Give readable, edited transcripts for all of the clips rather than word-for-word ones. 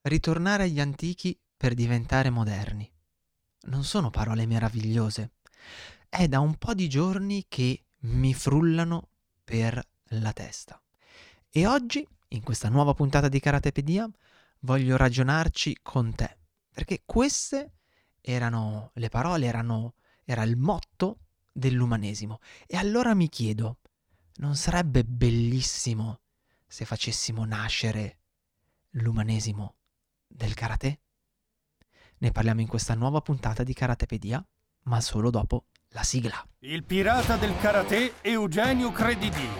Ritornare agli antichi per diventare moderni. Non sono parole meravigliose? È da un po' di giorni che mi frullano per la testa. E oggi, in questa nuova puntata di Karatepedia, voglio ragionarci con te. Perché queste erano le parole, era il motto dell'umanesimo. E allora mi chiedo, non sarebbe bellissimo se facessimo nascere l'umanesimo del karate? Ne parliamo in questa nuova puntata di Karatepedia, ma solo dopo la sigla. Il pirata del karate Eugenio Credidio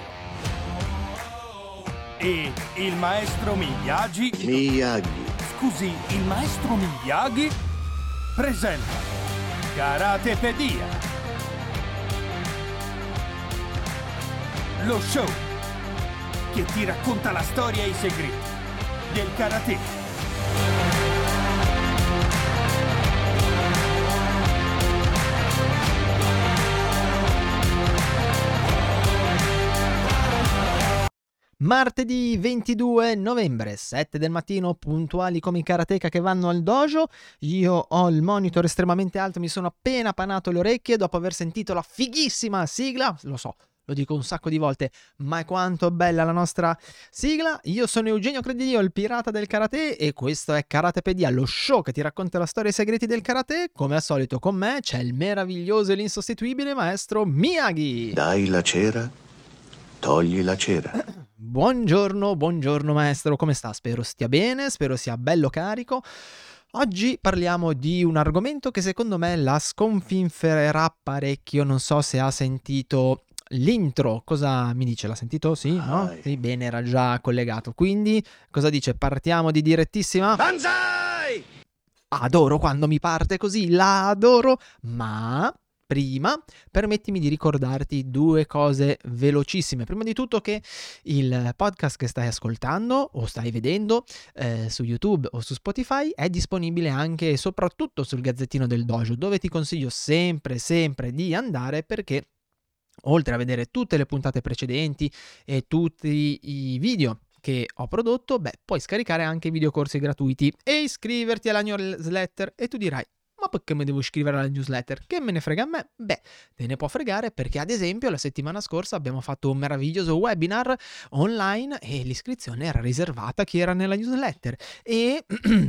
e il maestro Miyagi. Scusi, il maestro Miyagi presenta Karatepedia, lo show che ti racconta la storia e i segreti del karate. Martedì 22 novembre, 7 del mattino, puntuali come i karateka che vanno al dojo. Io ho il monitor estremamente alto, mi sono appena panato le orecchie dopo aver sentito la fighissima sigla. Lo so, lo dico un sacco di volte, ma è quanto bella la nostra sigla. Io sono Eugenio Credidio, il pirata del karate, e questo è Karatepedia, lo show che ti racconta la storia e i segreti del karate. Come al solito con me c'è il meraviglioso e l'insostituibile maestro Miyagi. Dai la cera, togli la cera. Buongiorno maestro, come sta? Spero stia bene, spero sia bello carico. Oggi parliamo di un argomento che secondo me la sconfinfererà parecchio. Non so se ha sentito l'intro. Cosa mi dice? L'ha sentito? Sì? No? Sì, bene, era già collegato. Quindi, cosa dice? Partiamo di direttissima? Banzai! Adoro quando mi parte così, la adoro, ma prima permettimi di ricordarti due cose velocissime. Prima di tutto che il podcast che stai ascoltando o stai vedendo su YouTube o su Spotify è disponibile anche e soprattutto sul Gazzettino del Dojo, dove ti consiglio sempre di andare, perché oltre a vedere tutte le puntate precedenti e tutti i video che ho prodotto, puoi scaricare anche i videocorsi gratuiti e iscriverti alla newsletter. E tu dirai: ma perché mi devo iscrivere alla newsletter? Che me ne frega a me? Te ne può fregare, perché ad esempio la settimana scorsa abbiamo fatto un meraviglioso webinar online e l'iscrizione era riservata a chi era nella newsletter. E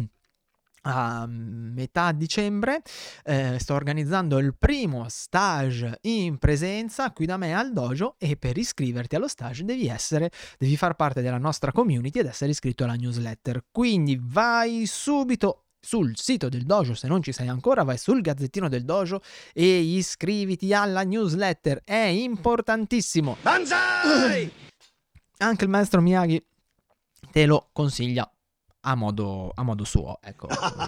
a metà dicembre sto organizzando il primo stage in presenza qui da me al dojo, e per iscriverti allo stage devi far parte della nostra community ed essere iscritto alla newsletter. Quindi vai subito sul sito del dojo, se non ci sei ancora, vai sul Gazzettino del Dojo e iscriviti alla newsletter, è importantissimo. Banzai! Anche il maestro Miyagi te lo consiglia a modo suo, ecco.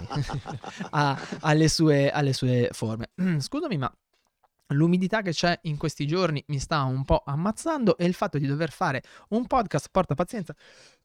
alle sue forme. Scusami, ma l'umidità che c'è in questi giorni mi sta un po' ammazzando, e il fatto di dover fare un podcast porta pazienza.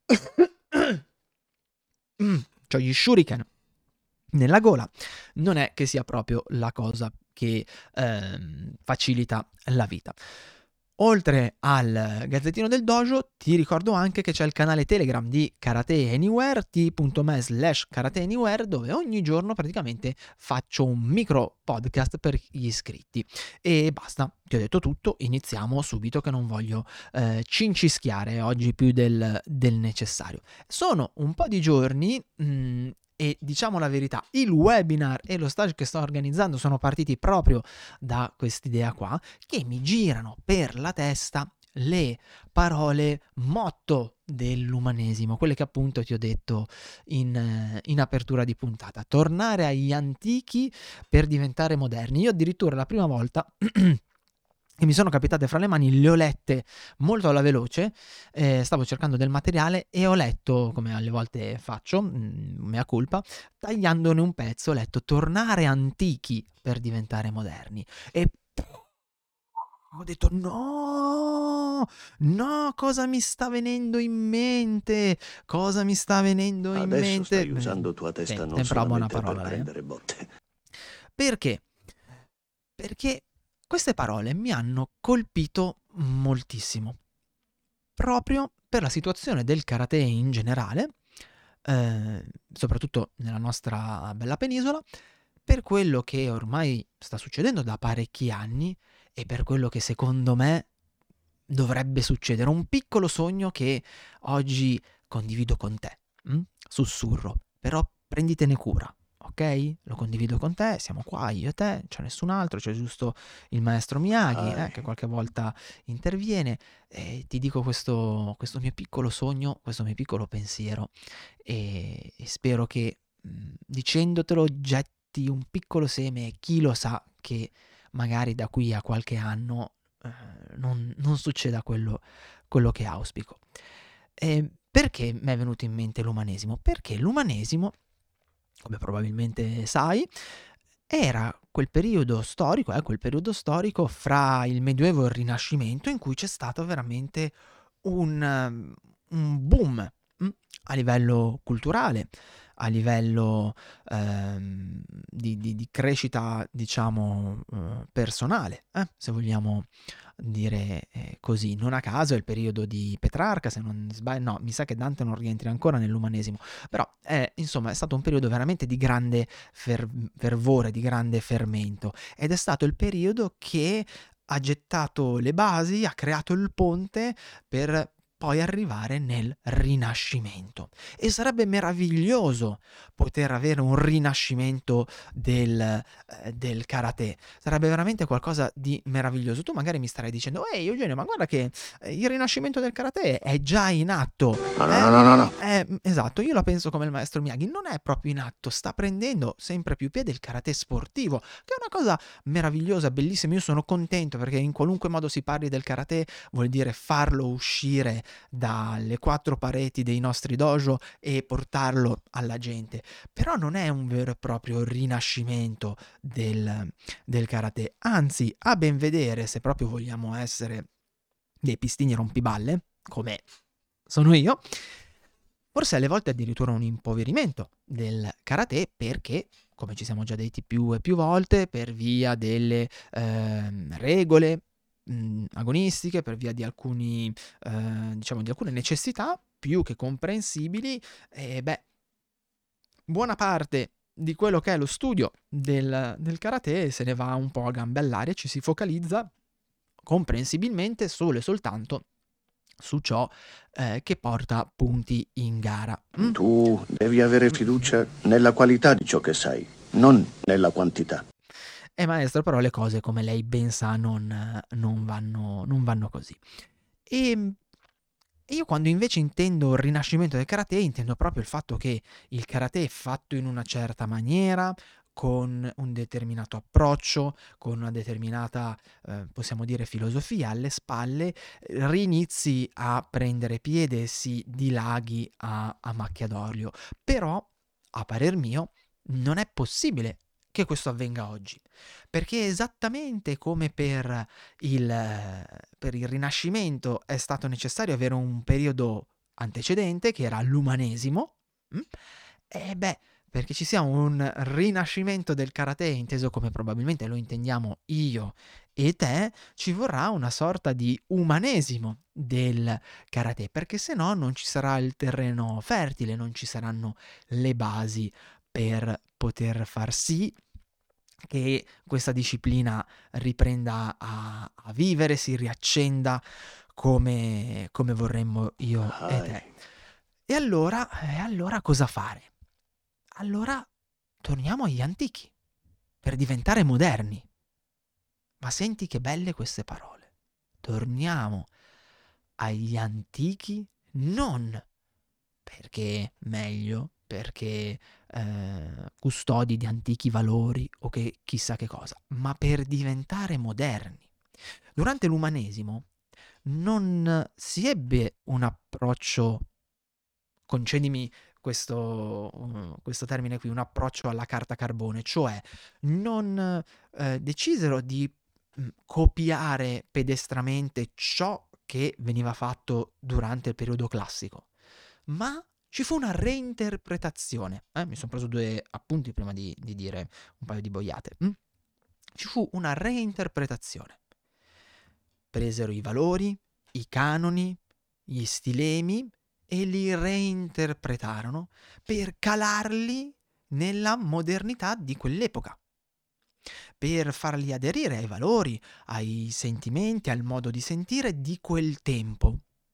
C'ho gli shuriken nella gola, non è che sia proprio la cosa che facilita la vita. Oltre al Gazzettino del Dojo, ti ricordo anche che c'è il canale Telegram di Karate Anywhere, t.me/Karate Anywhere, dove ogni giorno praticamente faccio un micro podcast per gli iscritti. E basta, ti ho detto tutto, iniziamo subito che non voglio cincischiare oggi più del necessario. Sono un po' di giorni e diciamo la verità, il webinar e lo stage che sto organizzando sono partiti proprio da quest'idea qua, che mi girano per la testa le parole motto dell'umanesimo, quelle che appunto ti ho detto in apertura di puntata: tornare agli antichi per diventare moderni. Io addirittura la prima volta che mi sono capitate fra le mani le ho lette molto alla veloce, stavo cercando del materiale e ho letto, come alle volte faccio, mea culpa, tagliandone un pezzo, ho letto tornare antichi per diventare moderni, e ho detto no, cosa mi sta venendo in mente? Adesso stai usando tua testa non solamente per parola, prendere botte. Perché? Perché queste parole mi hanno colpito moltissimo, proprio per la situazione del karate in generale, soprattutto nella nostra bella penisola, per quello che ormai sta succedendo da parecchi anni e per quello che secondo me dovrebbe succedere. Un piccolo sogno che oggi condivido con te. Sussurro, però prenditene cura, ok? Lo condivido con te, siamo qua, io e te, non c'è nessun altro, c'è giusto il maestro Miyagi, che qualche volta interviene. E ti dico questo mio piccolo sogno, questo mio piccolo pensiero, e spero che dicendotelo getti un piccolo seme, e chi lo sa che magari da qui a qualche anno non succeda quello che auspico. Perché mi è venuto in mente l'umanesimo? Perché l'umanesimo, come probabilmente sai, era quel periodo storico fra il Medioevo e il Rinascimento in cui c'è stato veramente un boom a livello culturale, a livello di crescita, diciamo, personale, se vogliamo dire così. Non a caso è il periodo di Petrarca, se non sbaglio, no, mi sa che Dante non rientri ancora nell'umanesimo, però insomma è stato un periodo veramente di grande fervore, di grande fermento, ed è stato il periodo che ha gettato le basi, ha creato il ponte per poi arrivare nel Rinascimento. E sarebbe meraviglioso poter avere un rinascimento del karate. Sarebbe veramente qualcosa di meraviglioso. Tu magari mi starai dicendo: ehi Eugenio, ma guarda che il rinascimento del karate è già in atto. No. Esatto, io la penso come il maestro Miyagi. Non è proprio in atto, sta prendendo sempre più piede il karate sportivo, che è una cosa meravigliosa, bellissima. Io sono contento perché in qualunque modo si parli del karate vuol dire farlo uscire dalle quattro pareti dei nostri dojo e portarlo alla gente. Però non è un vero e proprio rinascimento del karate, anzi, a ben vedere, se proprio vogliamo essere dei pistini rompiballe, come sono io, forse alle volte addirittura un impoverimento del karate, perché, come ci siamo già detti più e più volte, per via delle regole agonistiche, per via di alcuni diciamo di alcune necessità più che comprensibili, buona parte di quello che è lo studio del karate se ne va un po' a gambe all'aria, ci si focalizza comprensibilmente solo e soltanto su ciò che porta punti in gara. Tu devi avere fiducia nella qualità di ciò che sai, non nella quantità. Maestro, però le cose, come lei ben sa, non vanno così. E io quando invece intendo il rinascimento del karate, intendo proprio il fatto che il karate è fatto in una certa maniera, con un determinato approccio, con una determinata, possiamo dire, filosofia alle spalle, rinizi a prendere piede e si dilaghi a macchia d'olio. Però, a parer mio, non è possibile che questo avvenga oggi, perché esattamente come per il Rinascimento è stato necessario avere un periodo antecedente, che era l'umanesimo, perché ci sia un rinascimento del karate, inteso come probabilmente lo intendiamo io e te, ci vorrà una sorta di umanesimo del karate, perché se no non ci sarà il terreno fertile, non ci saranno le basi per poter far sì che questa disciplina riprenda a vivere, si riaccenda come vorremmo io e te. E allora cosa fare? Allora torniamo agli antichi, per diventare moderni. Ma senti che belle queste parole. Torniamo agli antichi non perché meglio, perché custodi di antichi valori o che chissà che cosa, ma per diventare moderni. Durante l'umanesimo non si ebbe un approccio, concedimi questo termine qui, un approccio alla carta carbone, cioè non decisero di copiare pedestramente ciò che veniva fatto durante il periodo classico, ma ci fu una reinterpretazione. Mi sono preso 2 appunti prima di dire un paio di boiate. Ci fu una reinterpretazione. Presero i valori, i canoni, gli stilemi e li reinterpretarono per calarli nella modernità di quell'epoca, per farli aderire ai valori, ai sentimenti, al modo di sentire di quel tempo.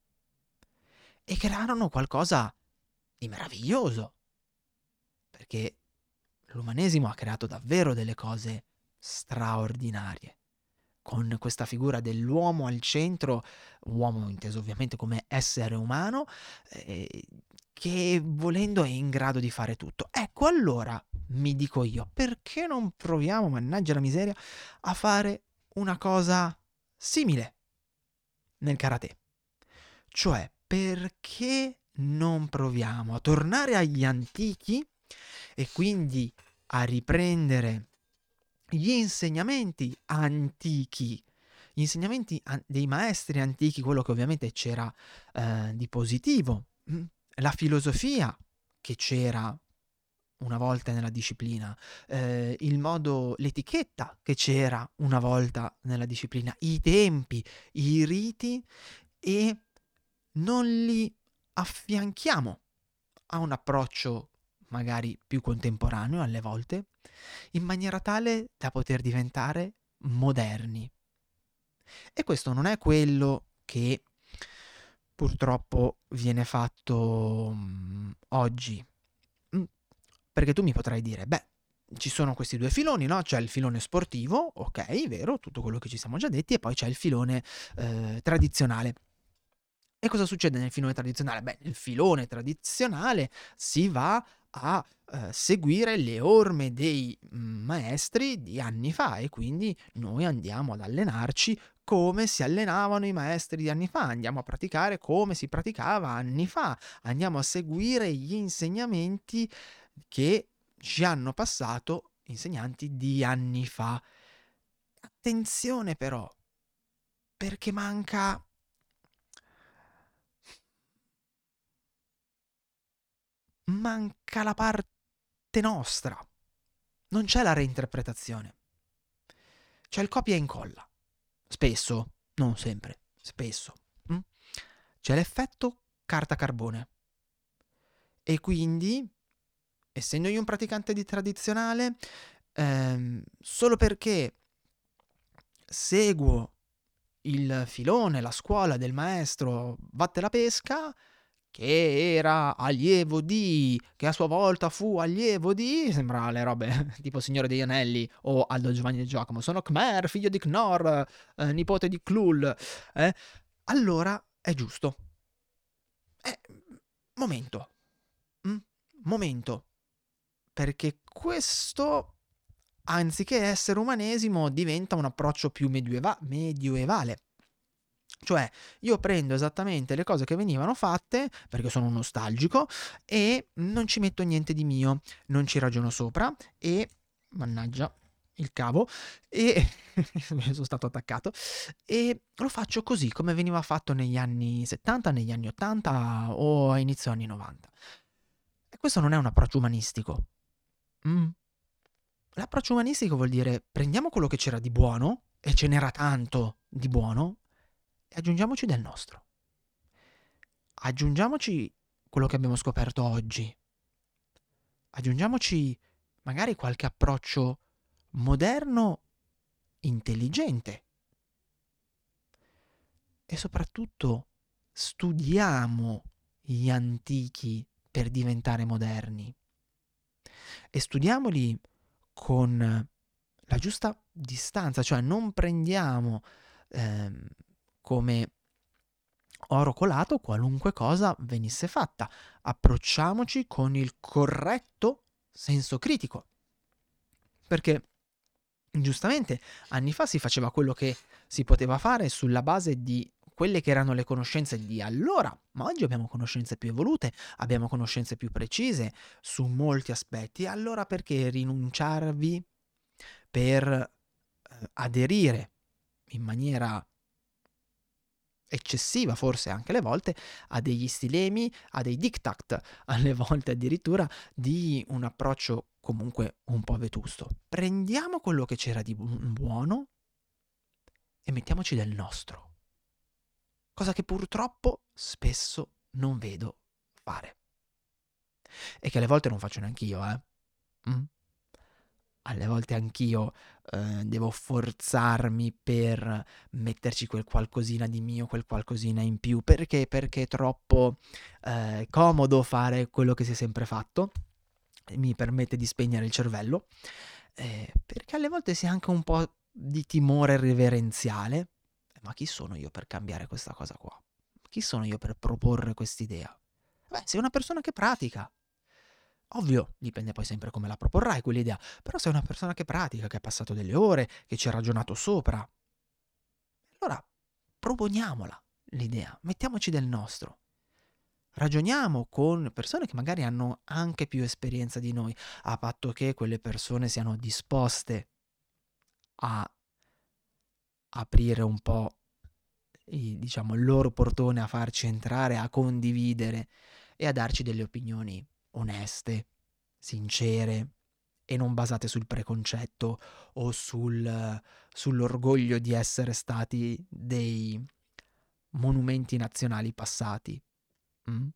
E crearono qualcosa di meraviglioso, perché l'umanesimo ha creato davvero delle cose straordinarie, con questa figura dell'uomo al centro, uomo inteso ovviamente come essere umano, che volendo è in grado di fare tutto. Ecco, allora mi dico io, perché non proviamo, mannaggia la miseria, a fare una cosa simile nel karate? Cioè, perché non proviamo a tornare agli antichi e quindi a riprendere gli insegnamenti antichi, gli insegnamenti dei maestri antichi, quello che ovviamente c'era di positivo, la filosofia che c'era una volta nella disciplina, il modo, l'etichetta che c'era una volta nella disciplina, i tempi, i riti, e non li affianchiamo a un approccio magari più contemporaneo alle volte, in maniera tale da poter diventare moderni. E questo non è quello che purtroppo viene fatto oggi. Perché tu mi potrai dire, beh, ci sono questi due filoni, no? C'è il filone sportivo, ok, vero, tutto quello che ci siamo già detti, e poi c'è il filone tradizionale. E cosa succede nel filone tradizionale? Beh, nel filone tradizionale si va a seguire le orme dei maestri di anni fa, e quindi noi andiamo ad allenarci come si allenavano i maestri di anni fa, andiamo a praticare come si praticava anni fa, andiamo a seguire gli insegnamenti che ci hanno passato insegnanti di anni fa. Attenzione però, perché manca la parte nostra. Non c'è la reinterpretazione. C'è il copia e incolla. Spesso, non sempre, spesso. C'è l'effetto carta-carbone. E quindi, essendo io un praticante di tradizionale, solo perché seguo il filone, la scuola del maestro Vatte la Pesca, che era allievo di, che a sua volta fu allievo di, sembra le robe tipo Signore degli Anelli o Aldo Giovanni e Giacomo, sono Khmer, figlio di Knorr, nipote di Klul, allora è giusto. Momento, momento, perché questo, anziché essere umanesimo, diventa un approccio più medioevale. Cioè, io prendo esattamente le cose che venivano fatte, perché sono nostalgico, e non ci metto niente di mio, non ci ragiono sopra, e, mannaggia, il cavo, e sono stato attaccato, e lo faccio così, come veniva fatto negli anni 70, negli anni 80 o a inizio anni 90. E questo non è un approccio umanistico. L'approccio umanistico vuol dire prendiamo quello che c'era di buono, e ce n'era tanto di buono, e aggiungiamoci del nostro. Aggiungiamoci quello che abbiamo scoperto oggi. Aggiungiamoci magari qualche approccio moderno, intelligente. E soprattutto studiamo gli antichi per diventare moderni. E studiamoli con la giusta distanza, cioè non prendiamo come oro colato qualunque cosa venisse fatta. Approcciamoci con il corretto senso critico. Perché giustamente anni fa si faceva quello che si poteva fare sulla base di quelle che erano le conoscenze di allora, ma oggi abbiamo conoscenze più evolute, abbiamo conoscenze più precise su molti aspetti. Allora perché rinunciarvi per aderire in maniera eccessiva, forse anche alle volte, a degli stilemi, a dei diktat, alle volte addirittura di un approccio comunque un po' vetusto? Prendiamo quello che c'era di buono e mettiamoci del nostro, cosa che purtroppo spesso non vedo fare. E che alle volte non faccio neanch'io, Mm? Alle volte anch'io devo forzarmi per metterci quel qualcosina di mio, quel qualcosina in più. Perché? Perché è troppo comodo fare quello che si è sempre fatto. Mi permette di spegnere il cervello. Perché alle volte si ha anche un po' di timore reverenziale. Ma chi sono io per cambiare questa cosa qua? Chi sono io per proporre quest'idea? Beh, sei una persona che pratica. Ovvio, dipende poi sempre come la proporrai quell'idea, però sei una persona che pratica, che ha passato delle ore, che ci ha ragionato sopra. Allora, proponiamola l'idea, mettiamoci del nostro. Ragioniamo con persone che magari hanno anche più esperienza di noi, a patto che quelle persone siano disposte a aprire un po' diciamo, il loro portone, a farci entrare, a condividere e a darci delle opinioni oneste, sincere e non basate sul preconcetto o sull'orgoglio di essere stati dei monumenti nazionali passati. Mm?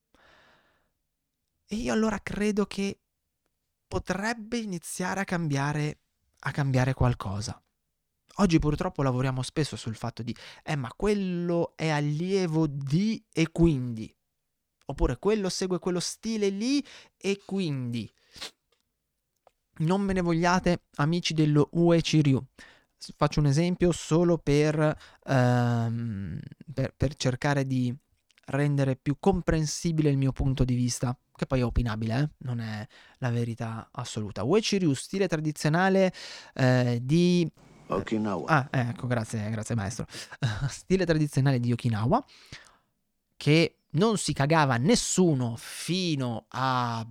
E io allora credo che potrebbe iniziare a cambiare qualcosa. Oggi purtroppo lavoriamo spesso sul fatto di ma quello è allievo di e quindi, oppure quello segue quello stile lì e quindi. Non me ne vogliate, amici dello Uechi Ryu. Faccio un esempio solo per cercare di rendere più comprensibile il mio punto di vista, che poi è opinabile, non è la verità assoluta. Uechi Ryu, stile tradizionale di... Okinawa. ecco, grazie maestro. Stile tradizionale di Okinawa, che non si cagava nessuno fino a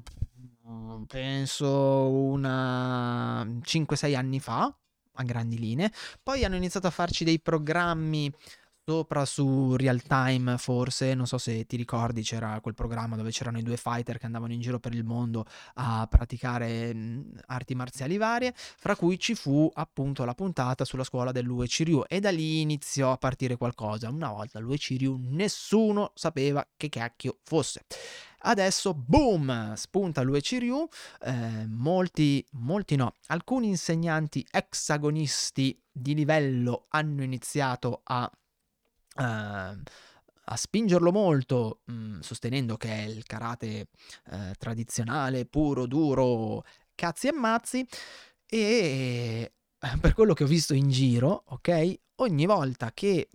penso una 5-6 anni fa, a grandi linee. Poi hanno iniziato a farci dei programmi sopra su Real Time, forse, non so se ti ricordi, c'era quel programma dove c'erano i due fighter che andavano in giro per il mondo a praticare arti marziali varie, fra cui ci fu appunto la puntata sulla scuola dell'Uechi Ryu e da lì iniziò a partire qualcosa. Una volta l'Uechi Ryu nessuno sapeva che cacchio fosse. Adesso, boom, spunta l'Uechi Ryu, molti no, alcuni insegnanti exagonisti di livello hanno iniziato a spingerlo molto, sostenendo che è il karate tradizionale, puro, duro, cazzi e mazzi, e per quello che ho visto in giro, ok, ogni volta che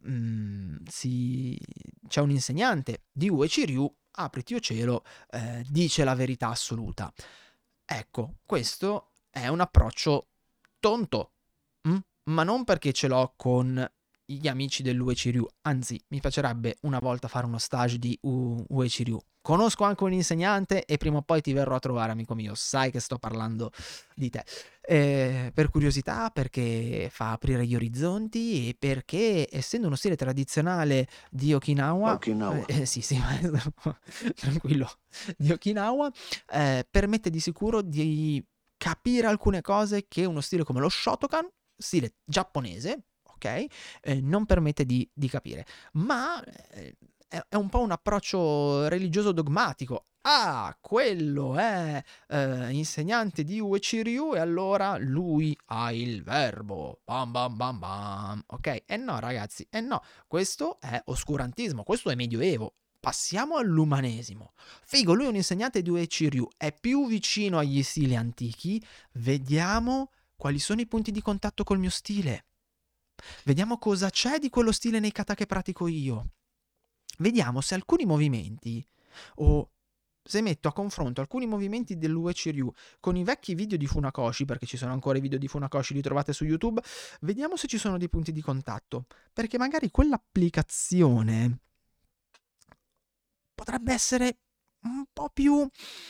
c'è un insegnante di Uechi Ryu, apriti o cielo, dice la verità assoluta. Ecco, questo è un approccio tonto, ma non perché ce l'ho con gli amici dell'Uechi Ryu, anzi mi piacerebbe una volta fare uno stage di Uechi Ryu. Conosco anche un insegnante e prima o poi ti verrò a trovare, amico mio, sai che sto parlando di te. Per curiosità, perché fa aprire gli orizzonti e perché, essendo uno stile tradizionale di Okinawa, sì, maestro, tranquillo, di Okinawa, permette di sicuro di capire alcune cose che uno stile come lo Shotokan, stile giapponese, ok, non permette di capire. Ma è un po' un approccio religioso dogmatico. Ah, quello è insegnante di Uechi Ryu e allora lui ha il verbo. Bam bam bam bam. Ok? E no, ragazzi, no. Questo è oscurantismo, questo è medioevo. Passiamo all'umanesimo. Figo, lui è un insegnante di Uechi Ryu, è più vicino agli stili antichi. Vediamo quali sono i punti di contatto col mio stile. Vediamo cosa c'è di quello stile nei kata che pratico io. Vediamo se alcuni movimenti, o se metto a confronto alcuni movimenti dell'Uechi Ryu con i vecchi video di Funakoshi, perché ci sono ancora i video di Funakoshi, li trovate su YouTube, vediamo se ci sono dei punti di contatto, perché magari quell'applicazione potrebbe essere un po' più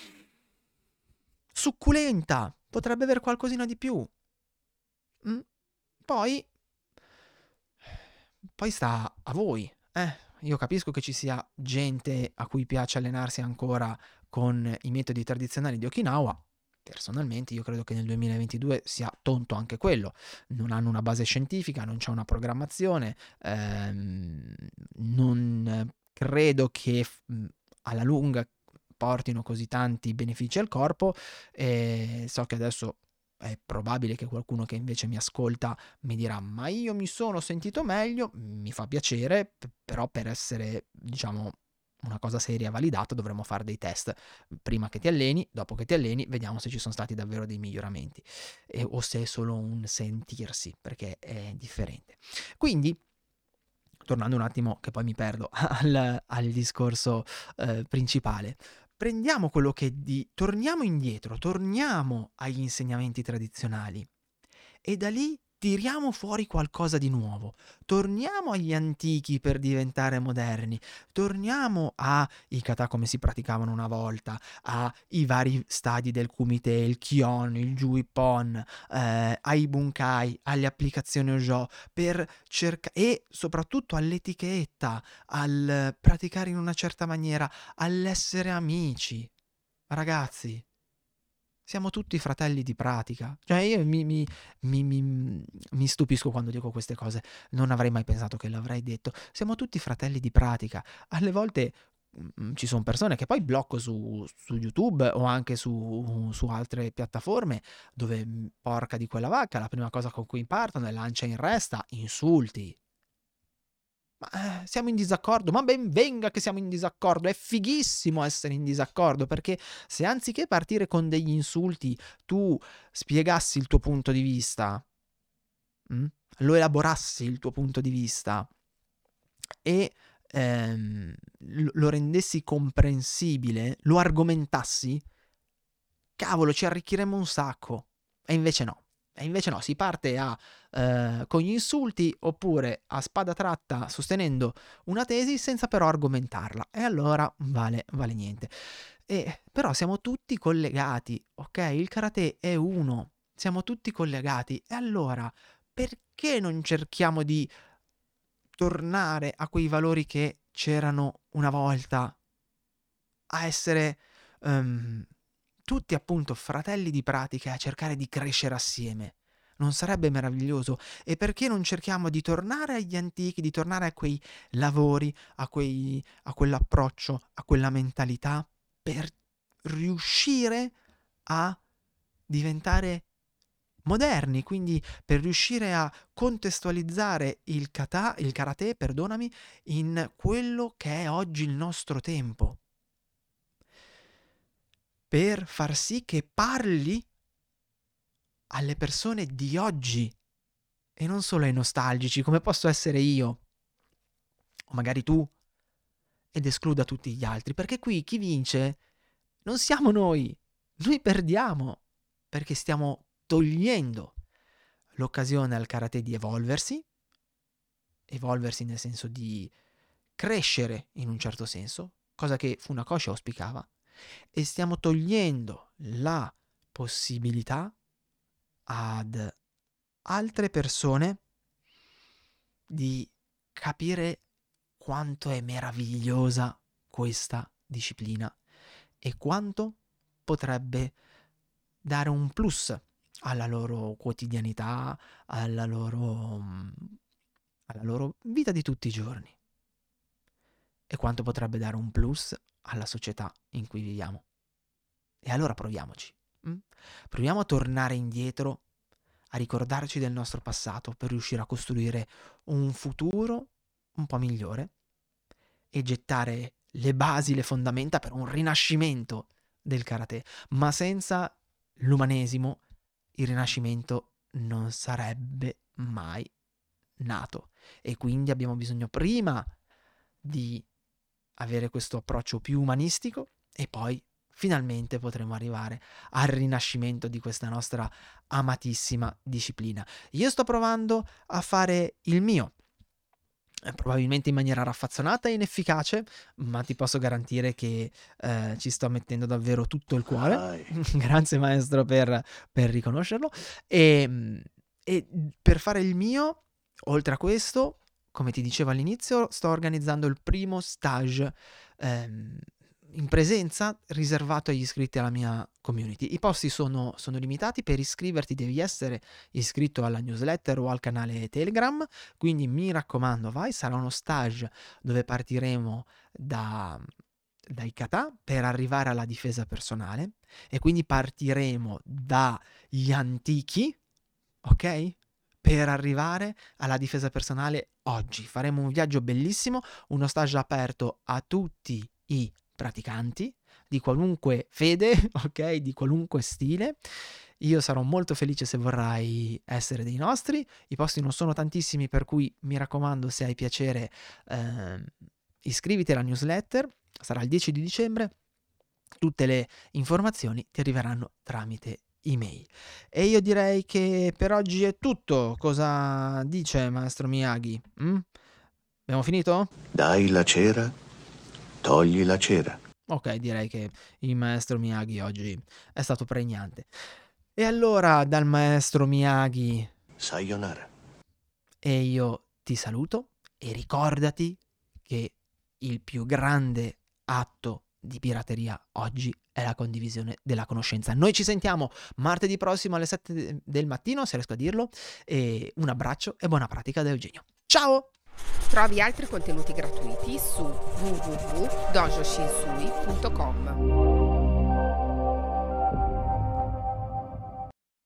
succulenta, potrebbe aver qualcosina di più. Poi sta a voi, Io capisco che ci sia gente a cui piace allenarsi ancora con i metodi tradizionali di Okinawa. Personalmente io credo che nel 2022 sia tonto anche quello. Non hanno una base scientifica, non c'è una programmazione, non credo che alla lunga portino così tanti benefici al corpo. E so che adesso è probabile che qualcuno che invece mi ascolta mi dirà: ma io mi sono sentito meglio, mi fa piacere, però per essere, diciamo, una cosa seria e validata dovremmo fare dei test prima che ti alleni, dopo che ti alleni, vediamo se ci sono stati davvero dei miglioramenti o se è solo un sentirsi, perché è differente. Quindi, tornando un attimo, che poi mi perdo, al discorso principale, prendiamo quello che torniamo indietro, torniamo agli insegnamenti tradizionali e da lì tiriamo fuori qualcosa di nuovo. Torniamo agli antichi per diventare moderni. Torniamo ai kata come si praticavano una volta, ai vari stadi del kumite, il kyon, il juipon, ai bunkai, alle applicazioni Ojo, per cercare, e soprattutto all'etichetta, al praticare in una certa maniera, all'essere amici. Ragazzi, siamo tutti fratelli di pratica. Cioè io mi stupisco quando dico queste cose. Non avrei mai pensato che l'avrei detto. Siamo tutti fratelli di pratica. Alle volte ci sono persone che poi blocco su YouTube o anche su altre piattaforme dove, porca di quella vacca, la prima cosa con cui partono è lancia in resta insulti. Ma siamo in disaccordo, ma ben venga che siamo in disaccordo, è fighissimo essere in disaccordo, perché se anziché partire con degli insulti tu spiegassi il tuo punto di vista, lo elaborassi il tuo punto di vista e lo rendessi comprensibile, lo argomentassi, cavolo, ci arricchiremmo un sacco. E invece no. Si parte con gli insulti oppure a spada tratta sostenendo una tesi senza però argomentarla. E allora vale niente. Però siamo tutti collegati, ok? Il karate è uno. Siamo tutti collegati. E allora perché non cerchiamo di tornare a quei valori che c'erano una volta? A essere tutti appunto fratelli di pratica, a cercare di crescere assieme. Non sarebbe meraviglioso? E perché non cerchiamo di tornare agli antichi, di tornare a quei lavori, a quell'approccio, a quella mentalità, per riuscire a diventare moderni, quindi per riuscire a contestualizzare il karate, perdonami, in quello che è oggi il nostro tempo, per far sì che parli alle persone di oggi e non solo ai nostalgici, come posso essere io, o magari tu, ed escluda tutti gli altri, perché qui chi vince non siamo noi perdiamo, perché stiamo togliendo l'occasione al karate di evolversi nel senso di crescere in un certo senso, cosa che Funakoshi auspicava, e stiamo togliendo la possibilità ad altre persone di capire quanto è meravigliosa questa disciplina e quanto potrebbe dare un plus alla loro quotidianità, alla loro vita di tutti i giorni, e quanto potrebbe dare un plus alla società in cui viviamo. E allora proviamoci. Proviamo a tornare indietro, a ricordarci del nostro passato per riuscire a costruire un futuro un po' migliore e gettare le basi, le fondamenta per un rinascimento del karate. Ma senza l'umanesimo il rinascimento non sarebbe mai nato. E quindi abbiamo bisogno prima di avere questo approccio più umanistico e poi finalmente potremo arrivare al rinascimento di questa nostra amatissima disciplina. Io sto provando a fare il mio, probabilmente in maniera raffazzonata e inefficace, ma ti posso garantire che ci sto mettendo davvero tutto il cuore. Grazie maestro per riconoscerlo. E per fare il mio, oltre a questo, come ti dicevo all'inizio, sto organizzando il primo stage in presenza riservato agli iscritti alla mia community. I posti sono limitati. Per iscriverti devi essere iscritto alla newsletter o al canale Telegram, quindi mi raccomando vai. Sarà uno stage dove partiremo da dai kata per arrivare alla difesa personale, e quindi partiremo dagli antichi, ok? Per arrivare alla difesa personale oggi. Faremo un viaggio bellissimo, uno stage aperto a tutti i praticanti di qualunque fede, ok? Di qualunque stile. Io sarò molto felice se vorrai essere dei nostri. I posti non sono tantissimi, per cui mi raccomando, se hai piacere, iscriviti alla newsletter. Sarà il 10 di dicembre. Tutte le informazioni ti arriveranno tramite email. E io direi che per oggi è tutto. Cosa dice maestro Miyagi? Abbiamo finito? Dai la cera, togli la cera. Ok, direi che il maestro Miyagi oggi è stato pregnante. E allora dal maestro Miyagi Sayonara. e io ti saluto, e ricordati che il più grande atto di pirateria oggi è la condivisione della conoscenza. Noi ci sentiamo martedì prossimo alle 7 del mattino, se riesco a dirlo, e un abbraccio e buona pratica da Eugenio. Ciao! Trovi altri contenuti gratuiti su www.dojoshinsui.com.